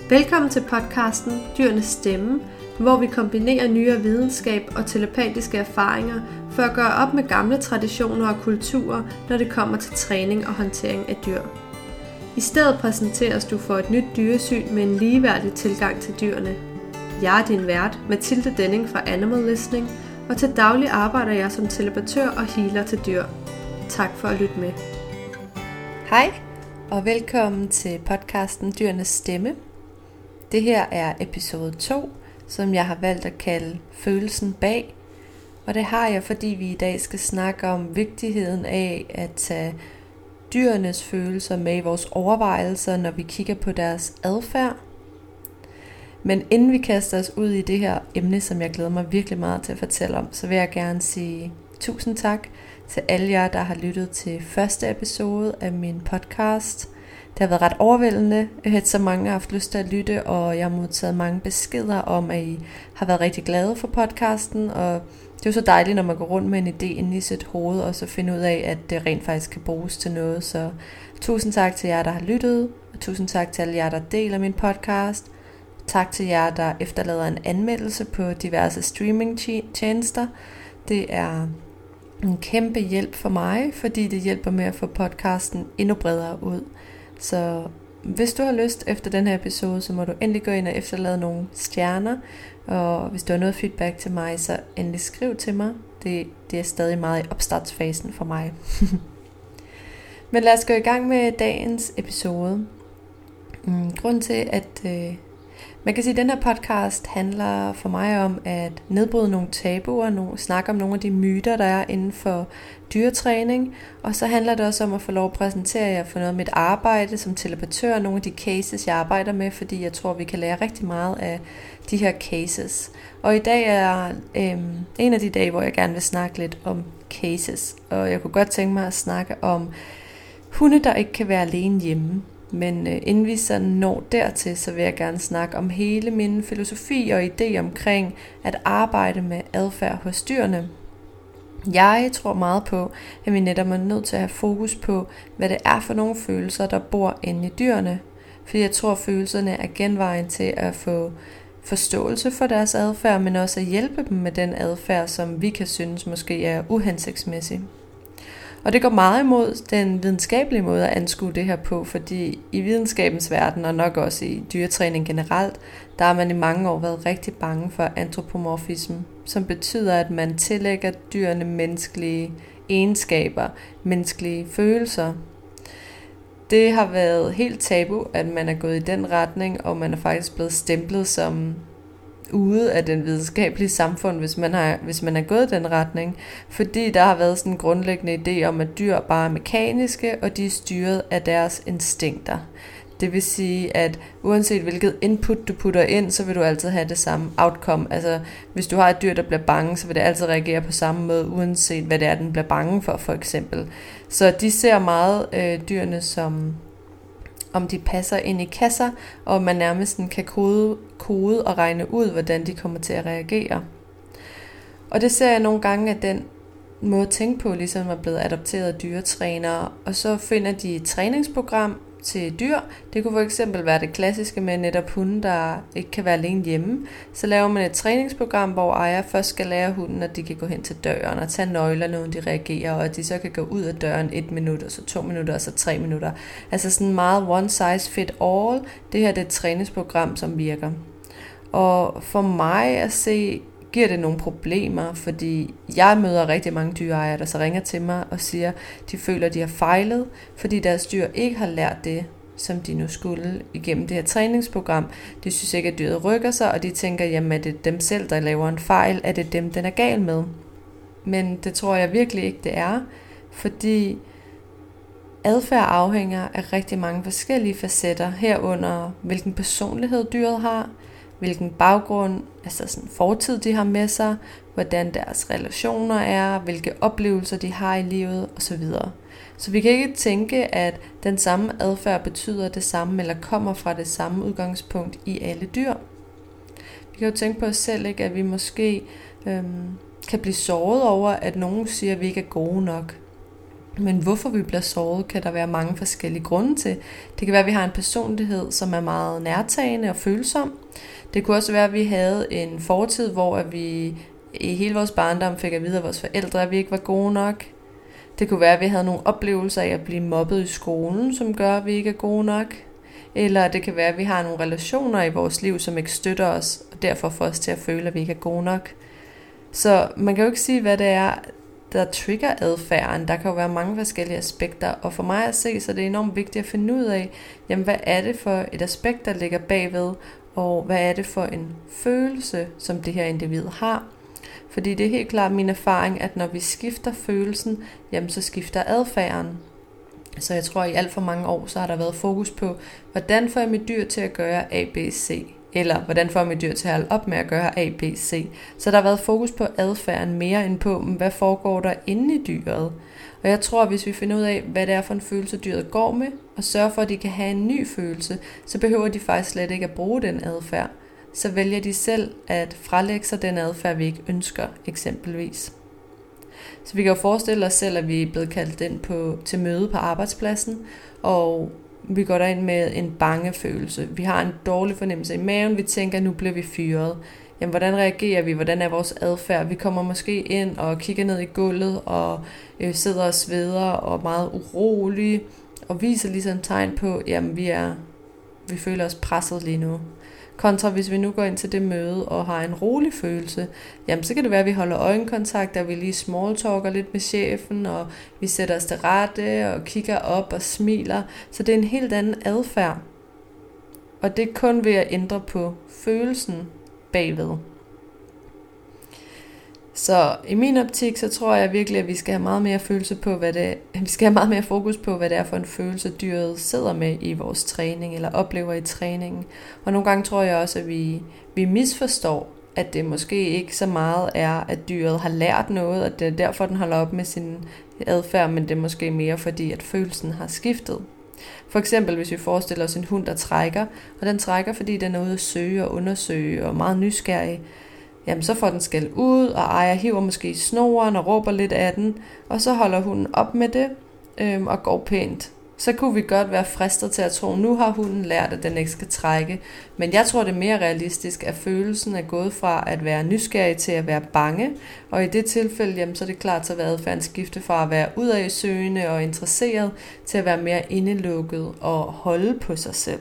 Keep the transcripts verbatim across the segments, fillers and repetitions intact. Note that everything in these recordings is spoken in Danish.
Velkommen til podcasten Dyrenes Stemme, hvor vi kombinerer nyere videnskab og telepatiske erfaringer for at gøre op med gamle traditioner og kulturer, når det kommer til træning og håndtering af dyr. I stedet præsenteres du for et nyt dyresyn med en ligeværdig tilgang til dyrene. Jeg er din vært, Mathilde Denning fra Animal Listening, og til daglig arbejder jeg som telepatør og healer til dyr. Tak for at lytte med. Hej, og velkommen til podcasten Dyrenes Stemme. Det her er episode to, som jeg har valgt at kalde Følelsen bag. Og det har jeg, fordi vi i dag skal snakke om vigtigheden af at tage dyrenes følelser med i vores overvejelser, når vi kigger på deres adfærd. Men inden vi kaster os ud i det her emne, som jeg glæder mig virkelig meget til at fortælle om, så vil jeg gerne sige tusind tak til alle jer, der har lyttet til første episode af min podcast. Det har været ret overvældende, at så mange har haft lyst til at lytte, og jeg har modtaget mange beskeder om, at I har været rigtig glade for podcasten. Og det er jo så dejligt, når man går rundt med en idé inde i sit hoved, og så finde ud af, at det rent faktisk kan bruges til noget. Så tusind tak til jer, der har lyttet, og tusind tak til alle jer, der deler min podcast. Tak til jer, der efterlader en anmeldelse på diverse streamingtjenester. Det er en kæmpe hjælp for mig, fordi det hjælper med at få podcasten endnu bredere ud. Så hvis du har lyst efter den her episode, så må du endelig gå ind og efterlade nogle stjerner. Og hvis du har noget feedback til mig, så endelig skriv til mig. Det, det er stadig meget i opstartsfasen for mig. Men lad os gå i gang med dagens episode. Grunden til, at øh, man kan sige, at den her podcast handler for mig om at nedbryde nogle tabuer, nogle, snakke om nogle af de myter, der er inden for dyretræning. Og så handler det også om at få lov at præsentere jer for noget af mit arbejde som telepatør, nogle af de cases, jeg arbejder med, fordi jeg tror, vi kan lære rigtig meget af de her cases. Og i dag er øhm, en af de dage, hvor jeg gerne vil snakke lidt om cases. Og jeg kunne godt tænke mig at snakke om hunde, der ikke kan være alene hjemme. Men øh, inden vi så når dertil, så vil jeg gerne snakke om hele min filosofi og idé omkring at arbejde med adfærd hos dyrene. Jeg tror meget på, at vi netop er nødt til at have fokus på, hvad det er for nogle følelser, der bor inde i dyrene. Fordi jeg tror, at følelserne er genvejen til at få forståelse for deres adfærd, men også at hjælpe dem med den adfærd, som vi kan synes måske er uhensigtsmæssig. Og det går meget imod den videnskabelige måde at anskue det her på, fordi i videnskabens verden, og nok også i dyretræning generelt, der har man i mange år været rigtig bange for antropomorfisme, som betyder, at man tillægger dyrene menneskelige egenskaber, menneskelige følelser. Det har været helt tabu, at man er gået i den retning, og man er faktisk blevet stemplet som ude af den videnskabelige samfund, hvis man, har, hvis man er gået i den retning. Fordi der har været sådan en grundlæggende idé om, at dyr bare er mekaniske, og de er styret af deres instinkter. Det vil sige, at uanset hvilket input du putter ind, så vil du altid have det samme outcome. Altså, hvis du har et dyr, der bliver bange, så vil det altid reagere på samme måde, uanset hvad det er, den bliver bange for, for eksempel. Så de ser meget øh, dyrene som om de passer ind i kasser, og man nærmest kan kode, kode og regne ud, hvordan de kommer til at reagere. Og det ser jeg nogle gange, at den måde at tænke på, ligesom er blevet adopteret af dyretrænere, og så finder de et træningsprogram til dyr. Det kunne for eksempel være det klassiske med netop hunde, der ikke kan være alene hjemme. Så laver man et træningsprogram, hvor ejer først skal lære hunden, at de kan gå hen til døren og tage nøglerne, når de reagerer, og at de så kan gå ud af døren et minut, og så to minutter, og så tre minutter. Altså sådan meget one size fit all. Det her det er et træningsprogram, som virker. Og for mig at se, giver det nogle problemer, fordi jeg møder rigtig mange dyreejere, der så ringer til mig og siger, at de føler, at de har fejlet, fordi deres dyr ikke har lært det, som de nu skulle igennem det her træningsprogram. De synes ikke, at dyret rykker sig, og de tænker, jamen er det dem selv, der laver en fejl? Er det dem, den er gal med? Men det tror jeg virkelig ikke, det er, fordi adfærd afhænger af rigtig mange forskellige facetter, herunder hvilken personlighed dyret har, hvilken baggrund, altså sådan fortid de har med sig, hvordan deres relationer er, hvilke oplevelser de har i livet osv. Så vi kan ikke tænke, at den samme adfærd betyder det samme, eller kommer fra det samme udgangspunkt i alle dyr. Vi kan jo tænke på os selv, ikke, at vi måske øhm, kan blive såret over, at nogen siger, at vi ikke er gode nok. Men hvorfor vi bliver såret, kan der være mange forskellige grunde til. Det kan være, at vi har en personlighed, som er meget nærtagende og følsom. Det kunne også være, at vi havde en fortid, hvor vi i hele vores barndom fik at vide af vores forældre, at vi ikke var gode nok. Det kunne være, at vi havde nogle oplevelser af at blive mobbet i skolen, som gør, at vi ikke er gode nok. Eller det kan være, at vi har nogle relationer i vores liv, som ikke støtter os, og derfor får os til at føle, at vi ikke er gode nok. Så man kan jo ikke sige, hvad det er, der trigger adfærden. Der kan jo være mange forskellige aspekter, og for mig at se, så er det enormt vigtigt at finde ud af, jamen, hvad er det for et aspekt, der ligger bagved, og hvad er det for en følelse, som det her individ har. Fordi det er helt klart min erfaring, at når vi skifter følelsen, jamen så skifter adfærden. Så jeg tror, at i alt for mange år, så har der været fokus på, hvordan får jeg mit dyr til at gøre A, B, C? Eller hvordan får jeg mit dyr til at holde op med at gøre A, B, C? Så der har været fokus på adfærden mere end på, hvad foregår der inde i dyret. Og jeg tror, at hvis vi finder ud af, hvad det er for en følelse, dyret går med, og sørger for, at de kan have en ny følelse, så behøver de faktisk slet ikke at bruge den adfærd. Så vælger de selv at frelægge sig den adfærd, vi ikke ønsker, eksempelvis. Så vi kan jo forestille os selv, at vi er blevet kaldt ind på, til møde på arbejdspladsen, og vi går derind med en bange følelse. Vi har en dårlig fornemmelse i maven, vi tænker, at nu bliver vi fyret. Jamen, hvordan reagerer vi? Hvordan er vores adfærd? Vi kommer måske ind og kigger ned i gulvet, og øh, sidder og sveder, og er meget urolige, og viser ligesom tegn på, jamen vi er, vi føler os presset lige nu. Kontra hvis vi nu går ind til det møde og har en rolig følelse, jamen så kan det være, at vi holder øjenkontakt, og vi lige smalltalker lidt med chefen, og vi sætter os til rette og kigger op og smiler. Så det er en helt anden adfærd. Og det er kun ved at ændre på følelsen bagved. Så i min optik, så tror jeg virkelig, at vi skal have meget mere følelse på, hvad det, vi skal have meget mere fokus på, hvad det er for en følelse, dyret sidder med i vores træning, eller oplever i træningen. Og nogle gange tror jeg også, at vi, vi misforstår, at det måske ikke så meget er, at dyret har lært noget, og det er derfor, den holder op med sin adfærd, men det er måske mere fordi, at følelsen har skiftet. For eksempel, hvis vi forestiller os en hund, der trækker, og den trækker, fordi den er ude at søge og undersøge, og er meget nysgerrig, jamen så får den skæld ud, og ejer hiver måske i snoren og råber lidt af den, og så holder hunden op med det øhm, og går pænt. Så kunne vi godt være fristet til at tro, at nu har hunden lært, at den ikke skal trække. Men jeg tror, det er mere realistisk, at følelsen er gået fra at være nysgerrig til at være bange. Og i det tilfælde, jamen, så er det klart, så har adfærden skifte fra at være udadsøgende og interesseret, til at være mere indelukket og holde på sig selv.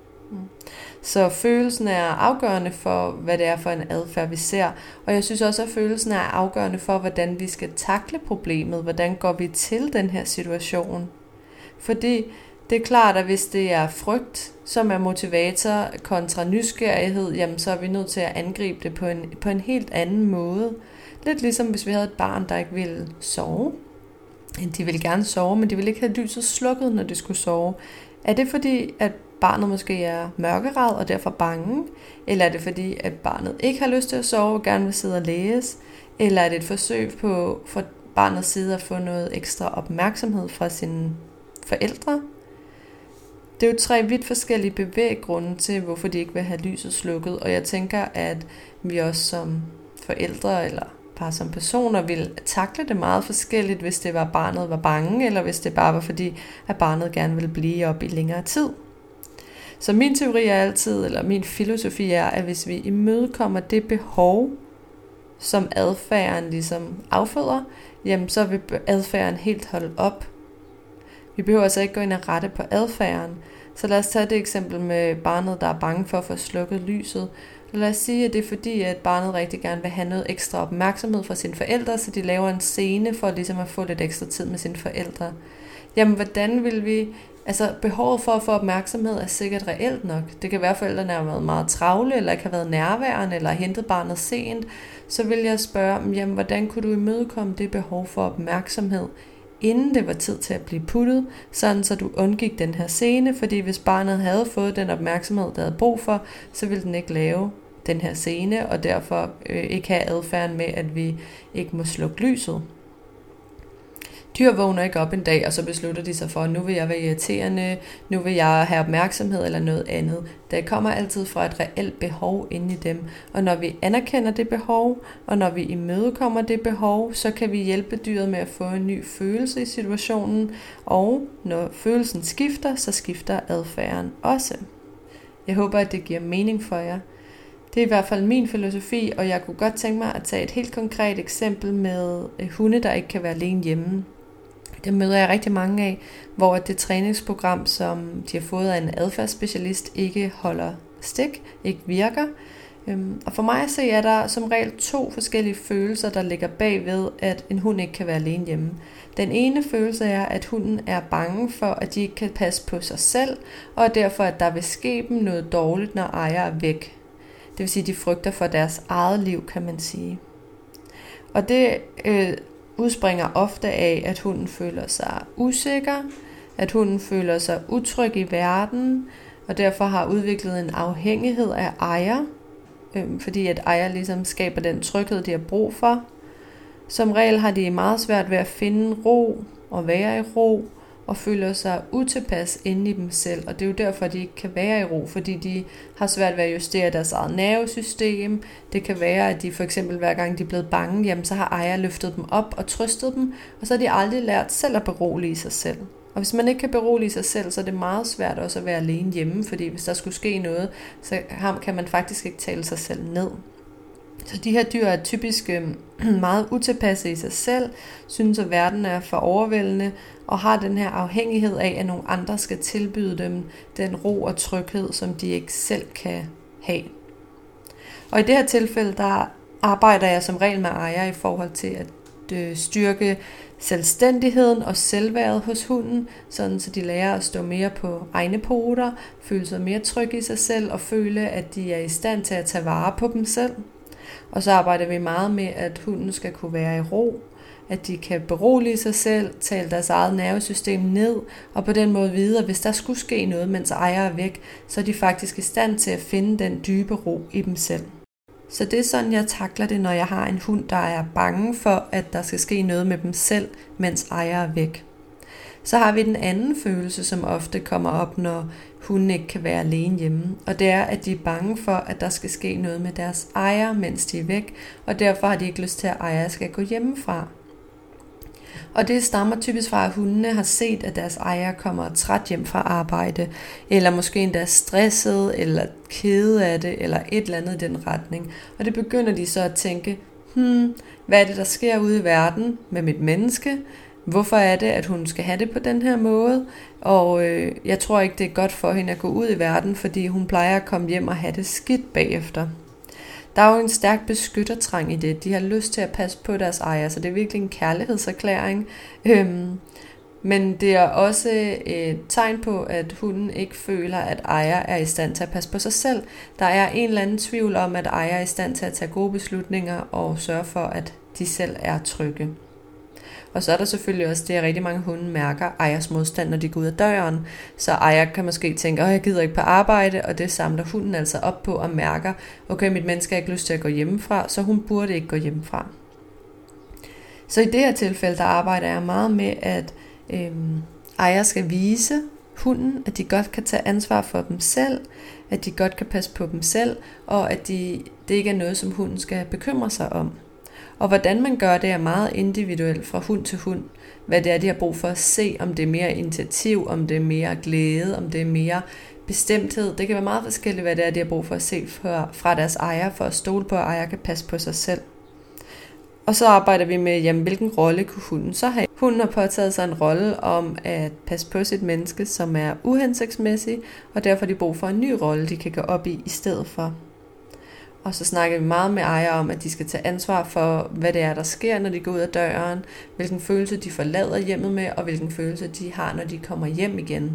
Så følelsen er afgørende for, hvad det er for en adfærd, vi ser. Og jeg synes også, at følelsen er afgørende for, hvordan vi skal takle problemet. Hvordan går vi til den her situation? Fordi det er klart, at hvis det er frygt, som er motivator kontra nysgerrighed, jamen så er vi nødt til at angribe det på en, på en helt anden måde. Lidt ligesom hvis vi havde et barn, der ikke ville sove. De ville gerne sove, men de ville ikke have lyset slukket, når de skulle sove. Er det fordi, at barnet måske er mørkeret og derfor bange? Eller er det fordi, at barnet ikke har lyst til at sove og gerne vil sidde og læse? Eller er det et forsøg på fra barnets side at få noget ekstra opmærksomhed fra sine forældre? Det er jo tre vidt forskellige bevæggrunde til, hvorfor de ikke vil have lyset slukket. Og jeg tænker, at vi også som forældre eller bare som personer vil takle det meget forskelligt, hvis det var, barnet var bange, eller hvis det bare var fordi, at barnet gerne vil blive op i længere tid. Så min teori er altid, eller min filosofi er, at hvis vi imødekommer det behov, som adfærden ligesom afføder, jamen så vil adfærden helt holde op. Vi behøver altså ikke gå ind og rette på adfærden. Så lad os tage det eksempel med barnet, der er bange for at få slukket lyset. Lad os sige, at det er fordi, at barnet rigtig gerne vil have noget ekstra opmærksomhed fra sine forældre, så de laver en scene for ligesom at få lidt ekstra tid med sine forældre. Jamen, hvordan vil vi... Altså, behovet for at få opmærksomhed er sikkert reelt nok. Det kan være, at forældrene har været meget travle, eller ikke har været nærværende, eller har hentet barnet sent. Så vil jeg spørge, jamen, hvordan kunne du imødekomme det behov for opmærksomhed, inden det var tid til at blive puttet, sådan så du undgik den her scene, fordi hvis barnet havde fået den opmærksomhed, der havde brug for, så ville den ikke lave den her scene, og derfor øh, ikke have adfærden med, at vi ikke må slukke lyset. Dyr vågner ikke op en dag, og så beslutter de sig for, at nu vil jeg være irriterende, nu vil jeg have opmærksomhed eller noget andet. Det kommer altid fra et reelt behov inde i dem. Og når vi anerkender det behov, og når vi imødekommer det behov, så kan vi hjælpe dyret med at få en ny følelse i situationen. Og når følelsen skifter, så skifter adfærden også. Jeg håber, at det giver mening for jer. Det er i hvert fald min filosofi, og jeg kunne godt tænke mig at tage et helt konkret eksempel med hunde, der ikke kan være alene hjemme. Det møder jeg rigtig mange af, hvor det træningsprogram, som de har fået af en adfærdsspecialist, ikke holder stik, ikke virker. Og for mig at se, er der som regel to forskellige følelser, der ligger bagved, at en hund ikke kan være alene hjemme. Den ene følelse er, at hunden er bange for, at de ikke kan passe på sig selv, og derfor, at der vil ske dem noget dårligt, når ejer er væk. Det vil sige, at de frygter for deres eget liv, kan man sige. Og det øh, udspringer ofte af, at hunden føler sig usikker, at hunden føler sig utryg i verden, og derfor har udviklet en afhængighed af ejer, øh, fordi at ejer ligesom skaber den tryghed, de har brug for. Som regel har de meget svært ved at finde ro og være i ro, og føler sig utilpas inde i dem selv, og det er jo derfor, de ikke kan være i ro, fordi de har svært ved at justere deres eget nervesystem. Det kan være, at de for eksempel hver gang de er blevet bange, jamen, så har ejer løftet dem op og trøstet dem, og så har de aldrig lært selv at berolige sig selv. Og hvis man ikke kan berolige sig selv, så er det meget svært også at være alene hjemme, fordi hvis der skulle ske noget, så kan man faktisk ikke tale sig selv ned. Så de her dyr er typisk meget utilpasse i sig selv, synes at verden er for overvældende, og har den her afhængighed af, at nogle andre skal tilbyde dem den ro og tryghed, som de ikke selv kan have. Og i det her tilfælde, der arbejder jeg som regel med ejer i forhold til at styrke selvstændigheden og selvværdet hos hunden, sådan så de lærer at stå mere på egne poter, føle sig mere trygge i sig selv og føle, at de er i stand til at tage vare på dem selv. Og så arbejder vi meget med, at hunden skal kunne være i ro, at de kan berolige sig selv, tale deres eget nervesystem ned, og på den måde vide, at hvis der skulle ske noget, mens ejer er væk, så er de faktisk i stand til at finde den dybe ro i dem selv. Så det er sådan, jeg takler det, når jeg har en hund, der er bange for, at der skal ske noget med dem selv, mens ejer er væk. Så har vi den anden følelse, som ofte kommer op, når hunden ikke kan være alene hjemme. Og det er, at de er bange for, at der skal ske noget med deres ejer, mens de er væk. Og derfor har de ikke lyst til, at ejer skal gå hjemmefra. Og det stammer typisk fra, at hundene har set, at deres ejer kommer træt hjem fra arbejde, eller måske endda stresset, eller kede af det, eller et eller andet i den retning. Og det begynder de så at tænke, hmm, hvad er det, der sker ude i verden med mit menneske? Hvorfor er det, at hun skal have det på den her måde? Og øh, jeg tror ikke, det er godt for hende at gå ud i verden, fordi hun plejer at komme hjem og have det skidt bagefter. Der er jo en stærk beskyttertrang i det. De har lyst til at passe på deres ejer, så det er virkelig en kærlighedserklæring. Øhm, men det er også et tegn på, at hunden ikke føler, at ejer er i stand til at passe på sig selv. Der er en eller anden tvivl om, at ejer er i stand til at tage gode beslutninger og sørge for, at de selv er trygge. Og så er der selvfølgelig også det, at rigtig mange hunde mærker ejers modstand, når de går ud af døren. Så ejer kan måske tænke, at jeg gider ikke på arbejde, og det samler hunden altså op på og mærker, okay, mit menneske har ikke lyst til at gå hjemmefra, så hun burde ikke gå hjemmefra. Så i det her tilfælde, der arbejder jeg meget med, at øhm, ejer skal vise hunden, at de godt kan tage ansvar for dem selv, at de godt kan passe på dem selv, og at de, det ikke er noget, som hunden skal bekymre sig om. Og hvordan man gør det er meget individuelt fra hund til hund. Hvad det er, de har brug for at se, om det er mere initiativ, om det er mere glæde, om det er mere bestemthed. Det kan være meget forskelligt, hvad det er, de har brug for at se fra deres ejer, for at stole på, at ejer kan passe på sig selv. Og så arbejder vi med, jamen, hvilken rolle kunne hunden så have. Hunden har påtaget sig en rolle om at passe på sit menneske, som er uhensigtsmæssig, og derfor har de brug for en ny rolle, de kan gå op i i stedet for. Og så snakker vi meget med ejer om, at de skal tage ansvar for, hvad det er, der sker, når de går ud af døren, hvilken følelse de forlader hjemmet med, og hvilken følelse de har, når de kommer hjem igen.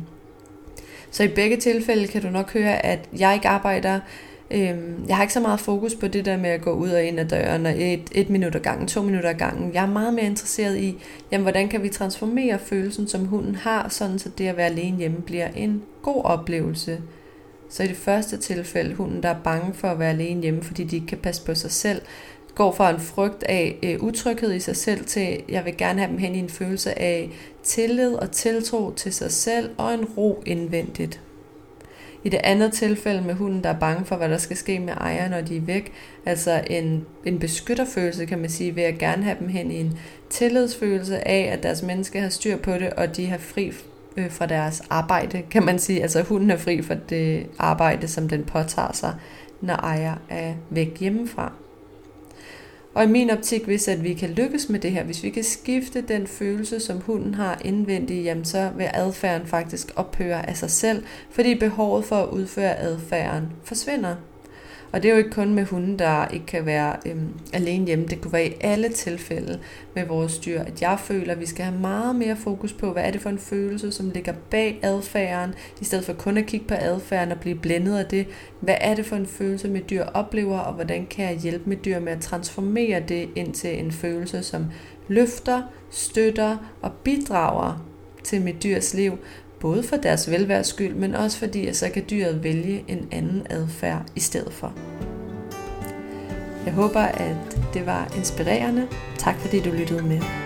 Så i begge tilfælde kan du nok høre, at jeg ikke arbejder, øhm, jeg har ikke så meget fokus på det der med at gå ud og ind af døren, og et, et minut ad gangen, to minutter ad gangen. Jeg er meget mere interesseret i, jamen, hvordan kan vi transformere følelsen, som hunden har, sådan så det at være alene hjemme bliver en god oplevelse. Så i det første tilfælde, hunden der er bange for at være alene hjemme, fordi de ikke kan passe på sig selv, går fra en frygt af øh, utryghed i sig selv til, jeg vil gerne have dem hen i en følelse af tillid og tiltro til sig selv og en ro indvendigt. I det andet tilfælde med hunden, der er bange for, hvad der skal ske med ejeren, når de er væk, altså en, en beskytterfølelse, kan man sige, vil jeg gerne have dem hen i en tillidsfølelse af, at deres menneske har styr på det, og de har fri øh, fra deres arbejde, kan man sige. Altså hunden er fri fra det arbejde, som den påtager sig, når ejer er væk hjemmefra. Og i min optik, hvis at vi kan lykkes med det her, hvis vi kan skifte den følelse, som hunden har indvendigt, jamen så vil adfærden faktisk ophøre af sig selv, fordi behovet for at udføre adfærden forsvinder. Og det er jo ikke kun med hunden, der ikke kan være øhm, alene hjemme. Det kunne være i alle tilfælde med vores dyr, at jeg føler, at vi skal have meget mere fokus på, hvad er det for en følelse, som ligger bag adfærden, i stedet for kun at kigge på adfærden og blive blændet af det. Hvad er det for en følelse, mit dyr oplever, og hvordan kan jeg hjælpe mit dyr med at transformere det ind til en følelse, som løfter, støtter og bidrager til mit dyrs liv, både for deres velværs skyld, men også fordi, at så kan dyret vælge en anden adfærd i stedet for. Jeg håber, at det var inspirerende. Tak fordi du lyttede med.